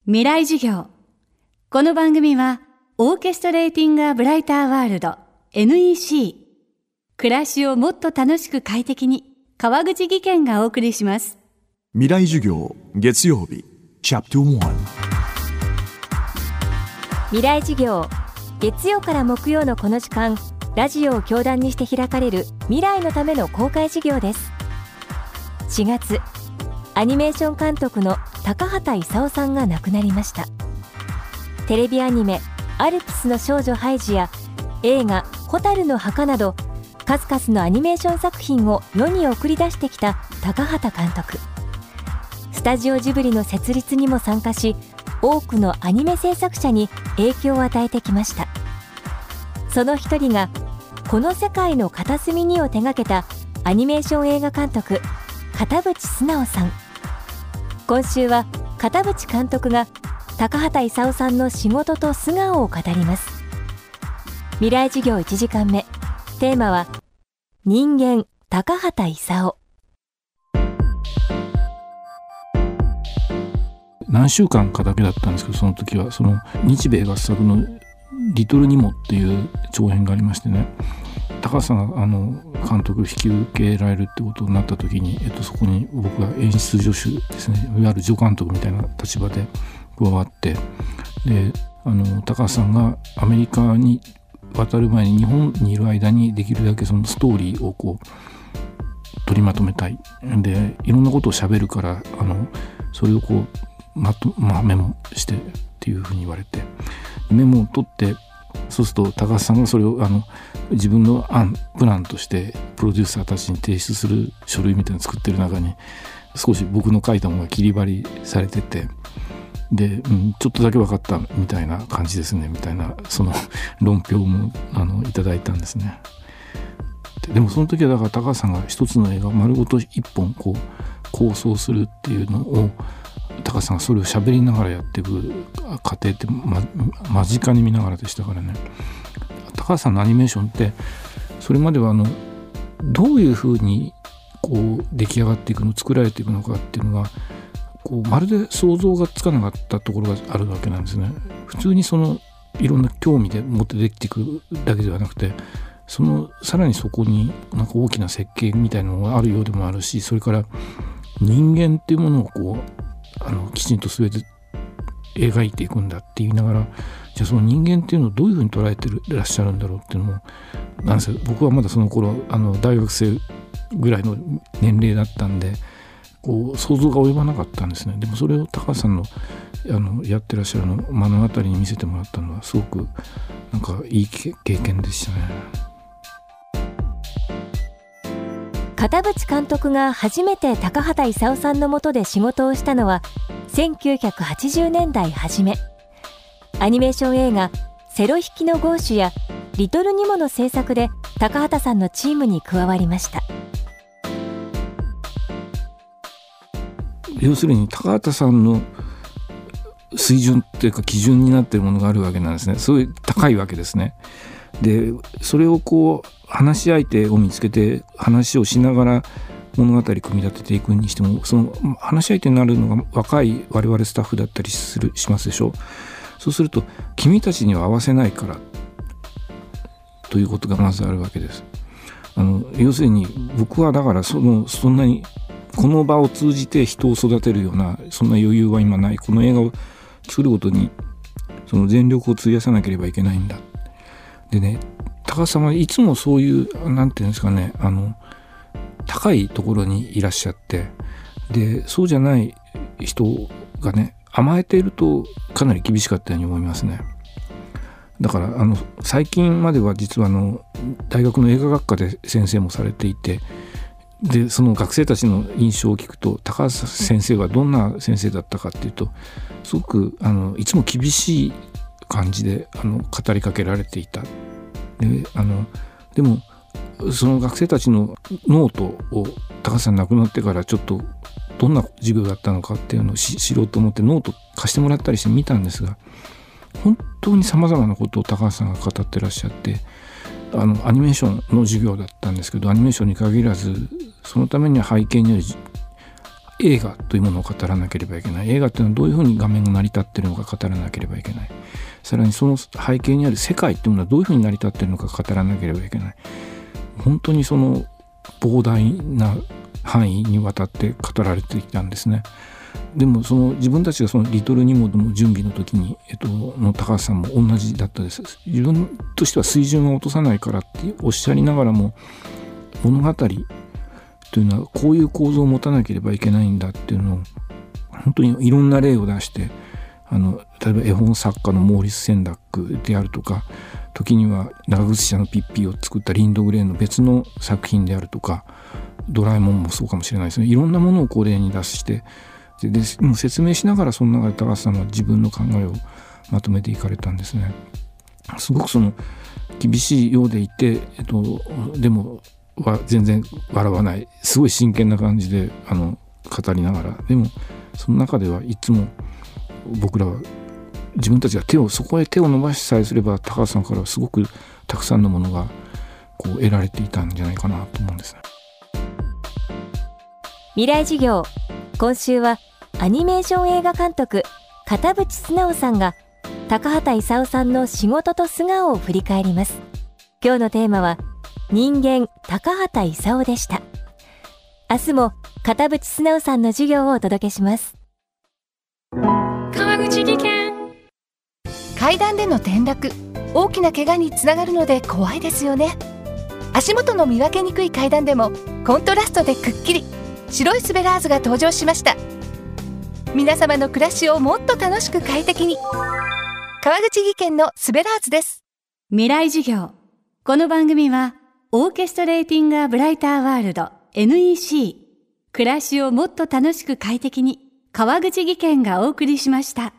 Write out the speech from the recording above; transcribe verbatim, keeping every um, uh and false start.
未来授業。この番組はオーケストレーティング・ア・ブライター・ワールド エヌイーシー 暮らしをもっと楽しく快適に川口義賢がお送りします。 未来授業月曜日チャプターワン。 未来授業月曜から木曜のこの時間、ラジオを教壇にして開かれる未来のための公開授業です。しがつ、アニメーション監督の高畑勲さんが亡くなりました。テレビアニメアルプスの少女ハイジや映画蛍の墓など数々のアニメーション作品を世に送り出してきた高畑監督。スタジオジブリの設立にも参加し、多くのアニメ制作者に影響を与えてきました。その一人がこの世界の片隅にを手掛けたアニメーション映画監督片渕素直さん。今週は片渕監督が高畑勲さんの仕事と素顔を語ります。未来授業いちじかんめ、テーマは人間高畑勲。 何週間かだけだったんですけど、その時はその日米合作のリトルニモっていう長編がありましてね、高橋さんがあの監督を引き受けられるってことになった時に、えっと、そこに僕が演出助手ですね、いわゆる助監督みたいな立場で加わって、であの高橋さんがアメリカに渡る前に日本にいる間にできるだけそのストーリーをこう取りまとめたいで、いろんなことを喋るからあのそれをこうまと、まあ、メモしてっていうふうに言われて、メモを取って、そうすると高橋さんがそれをあの自分の案プランとしてプロデューサーたちに提出する書類みたいなの作ってる中に少し僕の書いたものが切り張りされてて、で、うん、ちょっとだけ分かったみたいな感じですねみたいな、その論評もあのいただいたんですね。で、でもその時はだから高橋さんが一つの映画丸ごと一本こう構想するっていうのを高橋さんがそれを喋りながらやっていく過程って、ま、間近に見ながらでしたからね。高橋さんのアニメーションってそれまではあのどういうふうにこう出来上がっていくの作られていくのかっていうのがこうまるで想像がつかなかったところがあるわけなんですね。普通にそのいろんな興味で持ってできていくだけではなくて、そのさらにそこになんか大きな設計みたいなのがあるようでもあるし、それから人間っていうものをこうあのきちんと全て描いていくんだって言いながら、じゃあその人間っていうのをどういうふうに捉えてらっしゃるんだろうっていうのも、なんせ僕はまだその頃あの大学生ぐらいの年齢だったんでこう想像が及ばなかったんですね。でもそれを高橋さんの、あのやってらっしゃるの目の当たりに見せてもらったのはすごくなんかいい経験でしたね。 片渕監督が初めて高畑勲さんの下で仕事をしたのはせんきゅうひゃくはちじゅうねんだい初め。アニメーション映画セロ引きのゴーシュやリトルニモの制作で高畑さんのチームに加わりました。 要するに高畑さんの水準っていうか基準になっているものがあるわけなんですね。そういう高いわけですね。でそれをこう話し相手を見つけて話をしながら物語組み立てていくにしても、その話し相手になるのが若い我々スタッフだったりするしますでしょう。そうすると君たちには合わせないからということがまずあるわけです。あの要するに僕はだからそのそんなにこの場を通じて人を育てるようなそんな余裕は今ない。この映画を作ることにその全力を費やさなければいけないんだ。でね、高橋さんはいつもそういうなんていうんですかね、あの高いところにいらっしゃって、でそうじゃない人がね甘えているとかなり厳しかったように思いますね。だからあの最近までは実はあの大学の映画学科で先生もされていて、でその学生たちの印象を聞くと高橋先生はどんな先生だったかっていうと、すごくあのいつも厳しい感じであの語りかけられていた。であのでもその学生たちのノートを高橋さん亡くなってからちょっとどんな授業だったのかっていうのを知ろうと思ってノート貸してもらったりして見たんですが、本当にさまざまなことを高橋さんが語ってらっしゃって、あのアニメーションの授業だったんですけど、アニメーションに限らずそのためには背景にある映画というものを語らなければいけない。映画というのはどういうふうに画面が成り立っているのか語らなければいけない。さらにその背景にある世界というものはどういうふうに成り立っているのか語らなければいけない。本当にその膨大な範囲にわたって語られてきたんですね。でもその自分たちがそのリトルニモドの準備の時に、えっと、の高橋さんも同じだったです。自分としては水準を落とさないからっておっしゃりながらも、物語というのはこういう構造を持たなければいけないんだっていうのを本当にいろんな例を出して、あの例えば絵本作家のモーリス・センダックであるとか、時には長靴社のピッピーを作ったリンドグレーの別の作品であるとか、ドラえもんもそうかもしれないですね。いろんなものをこう例に出してででもう説明しながら、その中で高橋さんは自分の考えをまとめていかれたんですね。すごくその厳しいようでいて、えっと、でもは全然笑わない、すごい真剣な感じであの語りながら、でもその中ではいつも僕らは自分たちが手をそこへ手を伸ばしさえすれば、高橋さんからはすごくたくさんのものがこう得られていたんじゃないかなと思うんですね。 未来授業、今週はアニメーション映画監督片渕素直さんが高畑勲さんの仕事と素顔を振り返ります。今日のテーマは人間高畑勲でした。明日も片渕素直さんの授業をお届けします。 川口技研。階段での転落、大きな怪我につながるので怖いですよね。足元の見分けにくい階段でもコントラストでくっきり白いスベラーズが登場しました。皆様の暮らしをもっと楽しく快適に、川口技研のスベラーズです。 未来授業。この番組はオーケストレーティング・ア・ブライター・ワールド エヌイーシー 暮らしをもっと楽しく快適に、川口技研がお送りしました。